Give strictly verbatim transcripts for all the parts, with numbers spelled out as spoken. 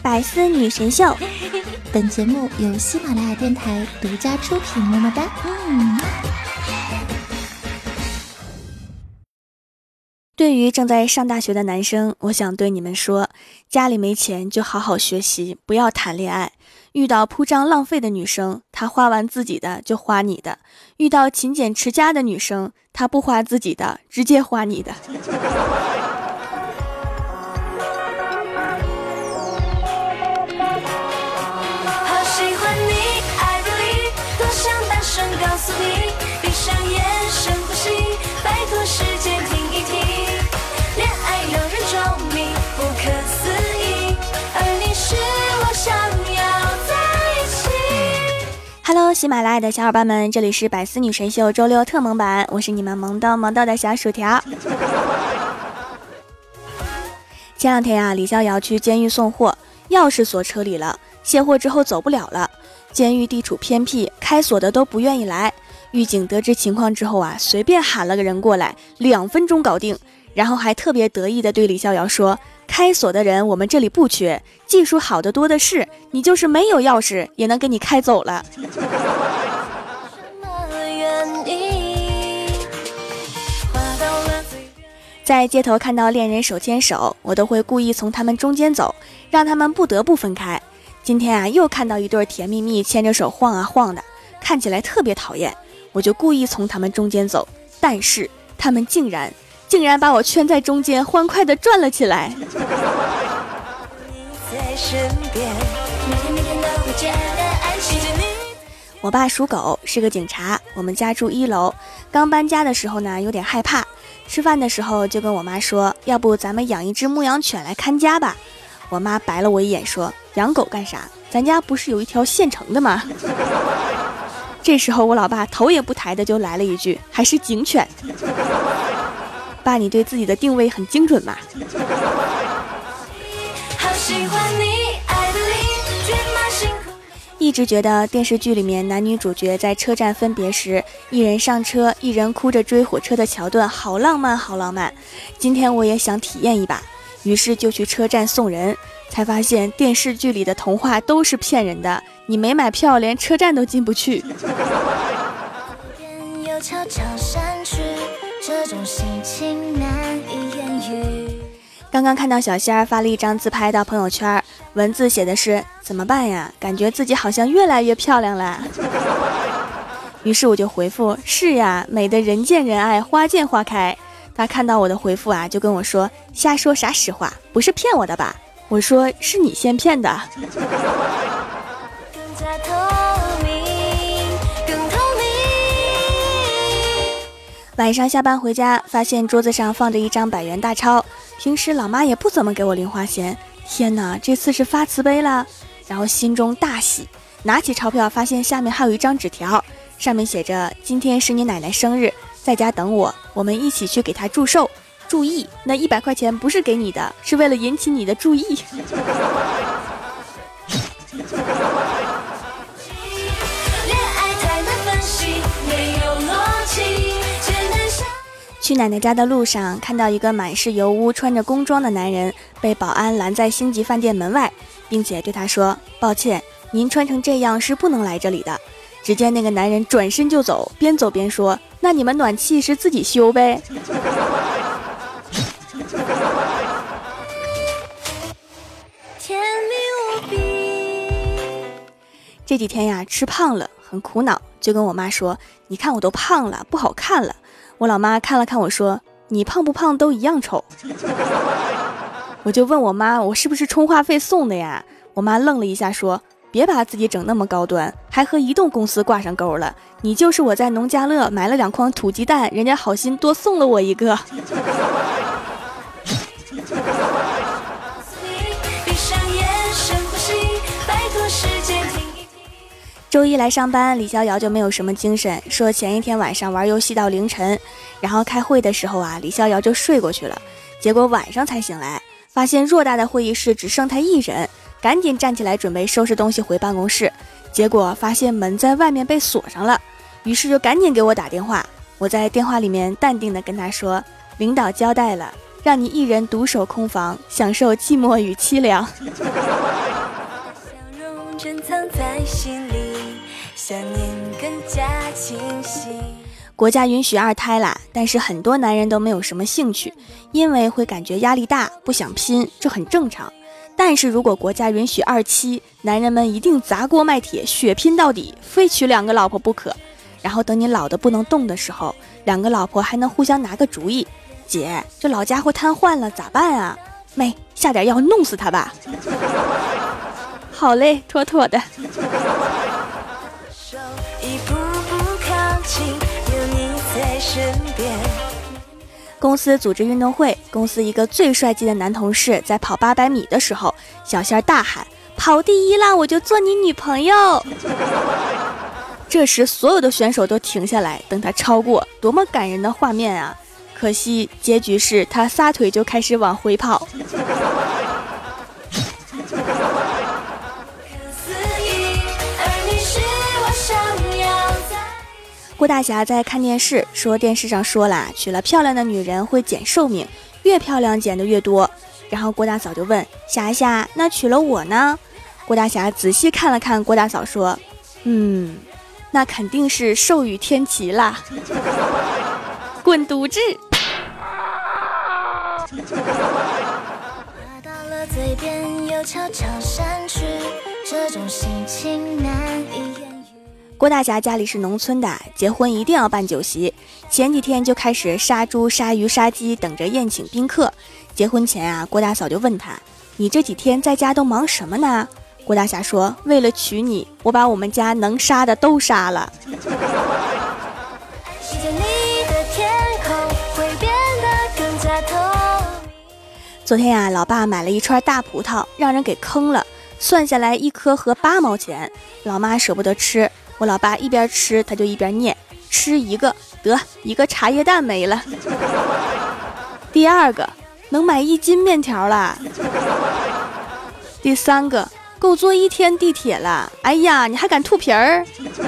百思女神秀， 本节目由喜马拉雅电台独家出品，么么哒。嗯。 对于正在上大学的男生，我想对你们说，家里没钱就好好学习，不要谈恋爱。遇到铺张浪费的女生，她花完自己的就花你的；遇到勤俭持家的女生，她不花自己的，直接花你的。 好喜欢你，爱着你，多想大声告诉你，闭上眼深呼吸，拜托时间停一停，恋爱让人着迷，不可思议，而你是我想要在一起。 Hello， 喜马拉雅的小伙伴们，这里是百思女神秀周六特萌版，我是你们萌到萌到的小薯条。前两天啊，李逍遥去监狱送货，钥匙锁车里了，卸货之后走不了了。监狱地处偏僻，开锁的都不愿意来。狱警得知情况之后啊，随便喊了个人过来，两分钟搞定，然后还特别得意地对李逍遥说，开锁的人我们这里不缺，技术好的多的是，你就是没有钥匙也能给你开走了。在街头看到恋人手牵手，我都会故意从他们中间走，让他们不得不分开。今天啊，又看到一对甜蜜蜜牵着手晃啊晃的，看起来特别讨厌，我就故意从他们中间走，但是他们竟然竟然把我圈在中间，欢快地转了起来。我爸属狗，是个警察，我们家住一楼，刚搬家的时候呢，有点害怕，吃饭的时候就跟我妈说，要不咱们养一只牧羊犬来看家吧。我妈白了我一眼说，养狗干啥？咱家不是有一条现成的吗？这时候我老爸头也不抬的就来了一句，还是警犬。爸，你对自己的定位很精准嘛。 好喜欢你，爱的你，天马行空。 一直觉得电视剧里面男女主角在车站分别时，一人上车，一人哭着追火车的桥段好浪漫好浪漫。今天我也想体验一把，于是就去车站送人，才发现电视剧里的童话都是骗人的，你没买票连车站都进不去。 又悄悄闪去，这种心情难以言喻。 刚刚看到小仙儿发了一张自拍到朋友圈，文字写的是怎么办呀，感觉自己好像越来越漂亮了。于是我就回复，是呀，美的人见人爱，花见花开。他看到我的回复啊，就跟我说，瞎说啥实话，不是骗我的吧？我说是你先骗的。 更加透明，更透明。 晚上下班回家，发现桌子上放着一张百元大钞，平时老妈也不怎么给我零花钱，天哪，这次是发慈悲了。然后心中大喜，拿起钞票发现下面还有一张纸条，上面写着，今天是你奶奶生日，在家等我，我们一起去给她祝寿。注意，那一百块钱不是给你的，是为了引起你的注意。去奶奶家的路上，看到一个满是油污、穿着工装的男人被保安拦在星级饭店门外，并且对他说，抱歉，您穿成这样是不能来这里的。只见那个男人转身就走，边走边说，那你们暖气是自己修呗。 甜蜜无比。 这几天呀，吃胖了，很苦恼，就跟我妈说，你看我都胖了，不好看了。我老妈看了看我说，你胖不胖都一样丑。我就问我妈，我是不是充话费送的呀？我妈愣了一下说，别把自己整那么高端，还和移动公司挂上钩了，你就是我在农家乐买了两筐土鸡蛋，人家好心多送了我一个。周一来上班，李逍遥就没有什么精神，说前一天晚上玩游戏到凌晨，然后开会的时候啊，李逍遥就睡过去了，结果晚上才醒来，发现偌大的会议室只剩他一人，赶紧站起来准备收拾东西回办公室，结果发现门在外面被锁上了，于是就赶紧给我打电话。我在电话里面淡定地跟他说，领导交代了， 让你一人独守空房，享受寂寞与凄凉。 笑容珍藏在心里，想念更加清晰。 国家允许二胎啦，但是很多男人都没有什么兴趣，因为会感觉压力大，不想拼，这很正常。但是如果国家允许二妻，男人们一定砸锅卖铁，血拼到底，非娶两个老婆不可。然后等你老的不能动的时候，两个老婆还能互相拿个主意，姐，这老家伙瘫痪了咋办啊？妹，下点药弄死他吧。好嘞，妥妥的。 手一步步靠近，有你在身边。 公司组织运动会，公司一个最帅气的男同事在跑八百米的时候，小仙儿大喊：跑第一了，我就做你女朋友。这时所有的选手都停下来等他超过，多么感人的画面啊！可惜结局是他撒腿就开始往回跑。郭大侠在看电视，说电视上说啦，娶了漂亮的女人会减寿命，越漂亮减的越多。然后郭大嫂就问霞霞，那娶了我呢？郭大侠仔细看了看郭大嫂说，嗯，那肯定是寿与天齐啦。滚犊子。 话到了嘴边又悄悄散去，这种心情难以言喻。 郭大侠家里是农村的，结婚一定要办酒席，前几天就开始杀猪杀鱼杀鸡，等着宴请宾客。结婚前啊，郭大嫂就问他，你这几天在家都忙什么呢？郭大侠说，为了娶你，我把我们家能杀的都杀了。 世界你的天空会变得更加透。 昨天呀、啊，老爸买了一串大葡萄，让人给坑了，算下来一颗合八毛钱，老妈舍不得吃，我老爸一边吃他就一边念，吃一个得一个茶叶蛋没了。第二个能买一斤面条了。第三个够坐一天地铁了，哎呀，你还敢吐皮儿？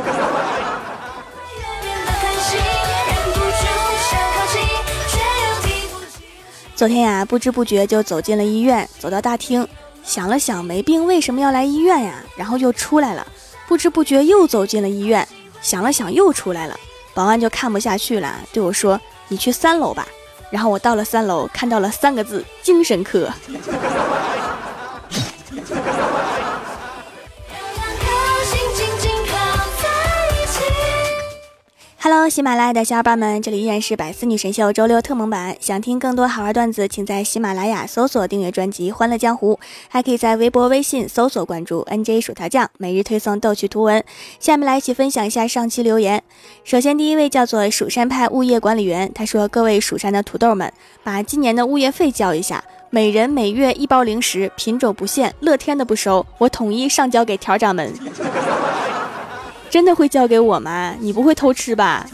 昨天呀、啊，不知不觉就走进了医院，走到大厅，想了想没病为什么要来医院呀？然后又出来了，不知不觉又走进了医院，想了想又出来了。保安就看不下去了，对我说：“你去三楼吧。”然后我到了三楼，看到了三个字：精神科。Hello， 喜马拉雅的小伙伴们，这里依然是百思女神秀周六特蒙版。想听更多好玩段子，请在喜马拉雅搜索订阅专辑《欢乐江湖》，还可以在微博、微信搜索关注 N J 薯条酱，每日推送逗趣图文。下面来一起分享一下上期留言。首先，第一位叫做蜀山派物业管理员，他说：“各位蜀山的土豆们，把今年的物业费交一下，每人每月一包零食，品种不限，乐天的不收，我统一上交给条掌门。”真的会交给我吗？你不会偷吃吧？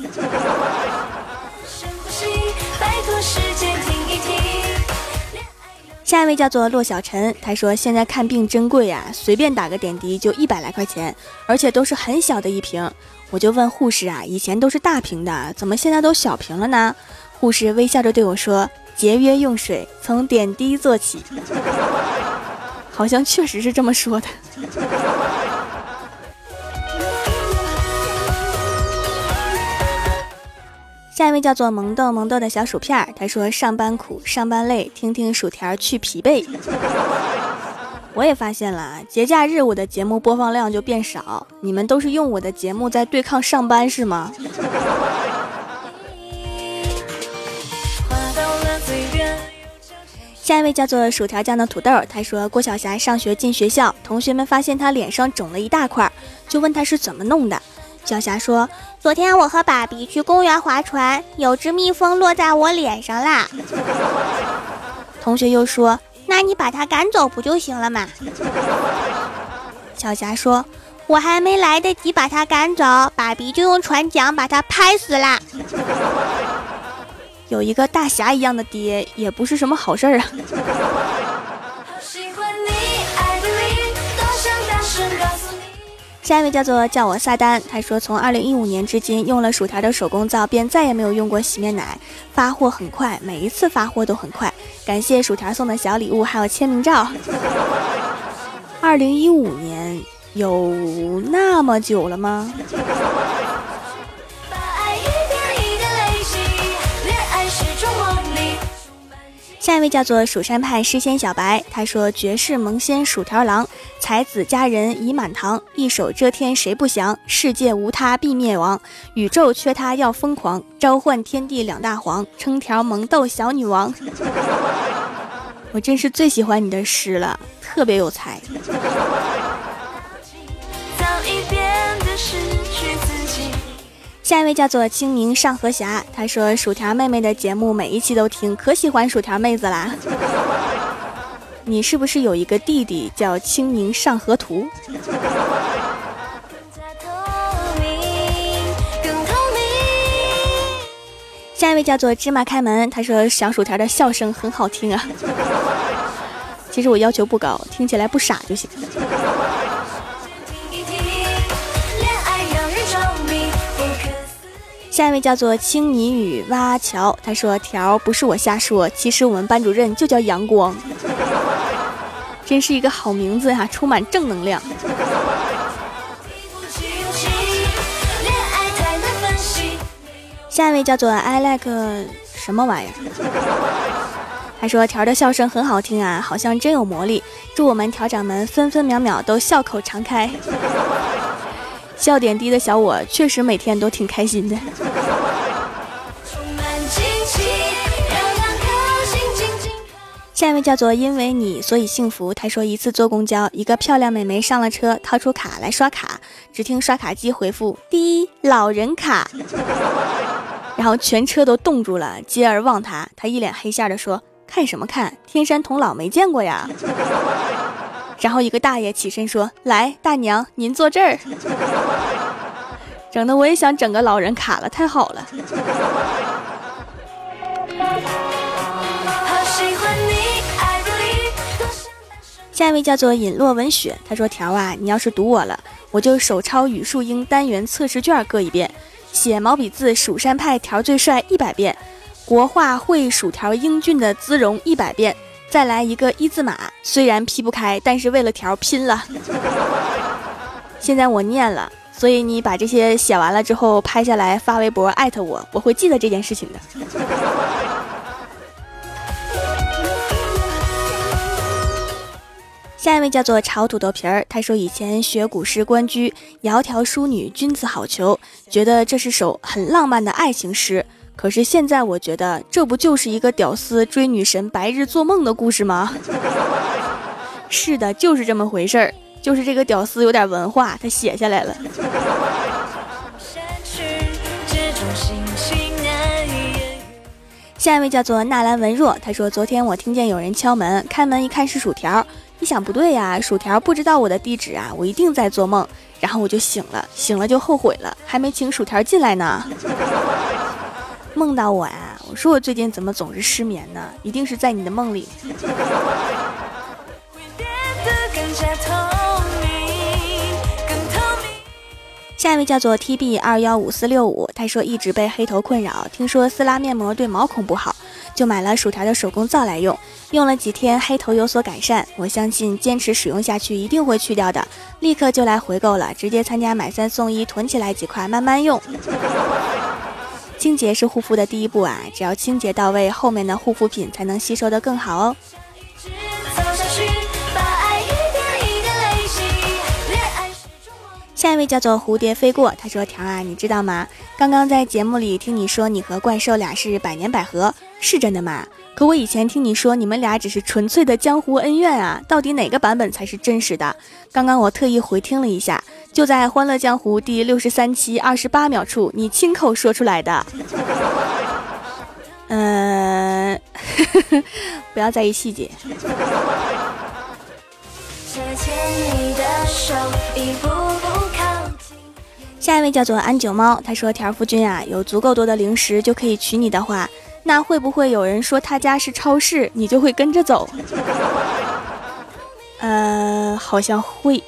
下一位叫做骆小晨，他说现在看病真贵啊，随便打个点滴就一百来块钱，而且都是很小的一瓶。我就问护士啊，以前都是大瓶的，怎么现在都小瓶了呢？护士微笑着对我说，节约用水，从点滴做起。好像确实是这么说的。下一位叫做萌豆萌豆的小薯片，他说上班苦上班累，听听薯条去疲惫。我也发现了，节假日我的节目播放量就变少，你们都是用我的节目在对抗上班是吗？下一位叫做薯条酱的土豆，他说郭晓霞上学进学校，同学们发现他脸上肿了一大块，就问他是怎么弄的。小霞说，昨天我和爸比去公园划船，有只蜜蜂落在我脸上啦。同学又说，那你把它赶走不就行了嘛？小霞说，我还没来得及把它赶走，爸比就用船桨把它拍死啦。有一个大侠一样的爹也不是什么好事儿啊。下一位叫做叫我撒旦，他说从二零一五年至今用了薯条的手工皂，便再也没有用过洗面奶，发货很快，每一次发货都很快， 感谢薯条送的小礼物还有签名照。二零一五年有那么久了吗？下一位叫做蜀山派诗仙小白，他说绝世萌仙薯条郎，才子佳人已满堂，一手遮天谁不降，世界无他必灭亡，宇宙缺他要疯狂，召唤天地两大皇，称条萌逗小女王。我真是最喜欢你的诗了，特别有才。下一位叫做清明上河侠，他说薯条妹妹的节目每一期都听，可喜欢薯条妹子啦。你是不是有一个弟弟叫清明上河图？下一位叫做芝麻开门，他说小薯条的笑声很好听啊。其实我要求不高，听起来不傻就行。下一位叫做青泥雨蛙桥，他说条不是我瞎说，其实我们班主任就叫阳光。真是一个好名字啊，充满正能量。下一位叫做 I like 什么玩意儿，他说条的笑声很好听啊，好像真有魔力，祝我们条长们分分秒秒都笑口常开。笑点低的小我确实每天都挺开心的。下一位叫做因为你所以幸福，他说一次坐公交，一个漂亮美眉上了车，掏出卡来刷卡，只听刷卡机回复第一老人卡，然后全车都冻住了，接而望他，他一脸黑线的说看什么看，天山童姥没见过呀。然后一个大爷起身说来大娘您坐这儿，整的我也想整个老人卡了，太好了。下一位叫做尹洛文雪，他说条啊你要是读我了，我就手抄语数英单元测试卷各一遍，写毛笔字蜀山派条最帅一百遍，国画会薯条英俊的姿容一百遍，再来一个一字马，虽然劈不开，但是为了条拼了。现在我念了，所以你把这些写完了之后拍下来发微博艾特我，我会记得这件事情的。下一位叫做炒土豆皮儿，他说以前学古诗关雎，窈窕淑女，君子好逑，觉得这是首很浪漫的爱情诗。可是现在我觉得这不就是一个屌丝追女神白日做梦的故事吗？是的，就是这么回事儿，就是这个屌丝有点文化，他写下来了。下一位叫做纳兰文若，他说昨天我听见有人敲门，开门一看是薯条，一想不对呀，薯条不知道我的地址啊，我一定在做梦，然后我就醒了，醒了就后悔了，还没请薯条进来呢。梦到我呀，我说我最近怎么总是失眠呢？一定是在你的梦里。下一位叫做 T B 二一五四六五，他说一直被黑头困扰，听说撕拉面膜对毛孔不好，就买了薯条的手工皂来用，用了几天黑头有所改善，我相信坚持使用下去一定会去掉的，立刻就来回购了，直接参加买三送一，囤起来几块慢慢用。清洁是护肤的第一步啊，只要清洁到位，后面的护肤品才能吸收得更好哦。下一位叫做蝴蝶飞过，他说条啊你知道吗，刚刚在节目里听你说你和怪兽俩是百年百合，是真的吗？可我以前听你说你们俩只是纯粹的江湖恩怨啊，到底哪个版本才是真实的？刚刚我特意回听了一下，就在欢乐江湖第六十三期二十八秒处你亲口说出来的。嗯、呃，不要在意细节。下一位叫做安九猫，他说条夫君啊，有足够多的零食就可以娶你的话，那会不会有人说他家是超市，你就会跟着走？呃，好像会。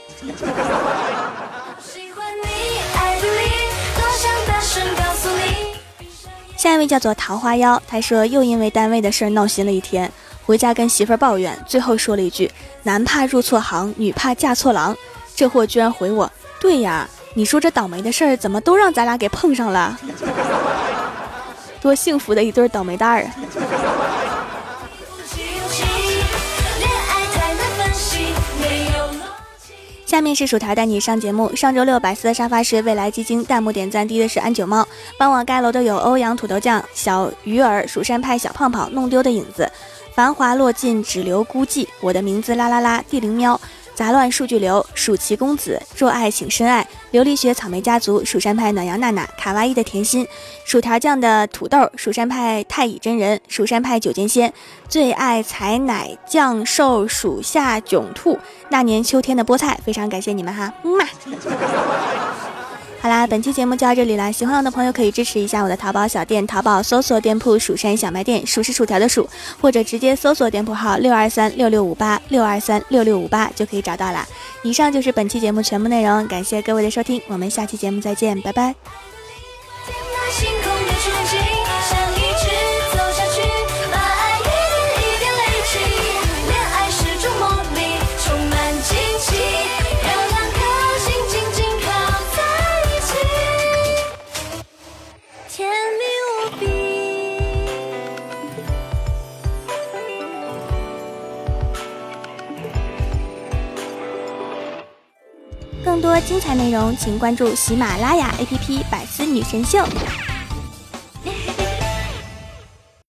下一位叫做桃花妖，他说又因为单位的事儿闹心了一天， 回家跟媳妇儿抱怨，最后说了一句男怕入错行，女怕嫁错郎。这货居然回我，对呀，你说这倒霉的事儿怎么都让咱俩给碰上了。多幸福的一对倒霉蛋儿啊。下面是薯条带你上节目。上周六百思的沙发是未来基金，弹幕点赞低的是安九猫，帮我盖楼的有欧阳土豆酱、小鱼儿、蜀山派小胖胖、弄丢的影子、繁华落尽只留孤寂、我的名字啦啦啦、地灵喵、杂乱数据流、蜀奇公子、若爱请深爱、琉璃雪草莓家族、蜀山派暖阳娜娜、卡哇伊的甜心、薯条酱的土豆、蜀山派太乙真人、蜀山派九剑仙、最爱采奶酱瘦属下囧兔、那年秋天的菠菜，非常感谢你们哈，嗯嘛。好啦，本期节目就到这里啦，喜欢我的朋友可以支持一下我的淘宝小店，淘宝搜索店铺蜀山小卖店，蜀是薯条的蜀，或者直接搜索店铺号六二三六六五八六二三六六五八就可以找到啦。以上就是本期节目全部内容，感谢各位的收听，我们下期节目再见，拜拜。更多精彩内容请关注喜马拉雅 A P P 百思女神秀。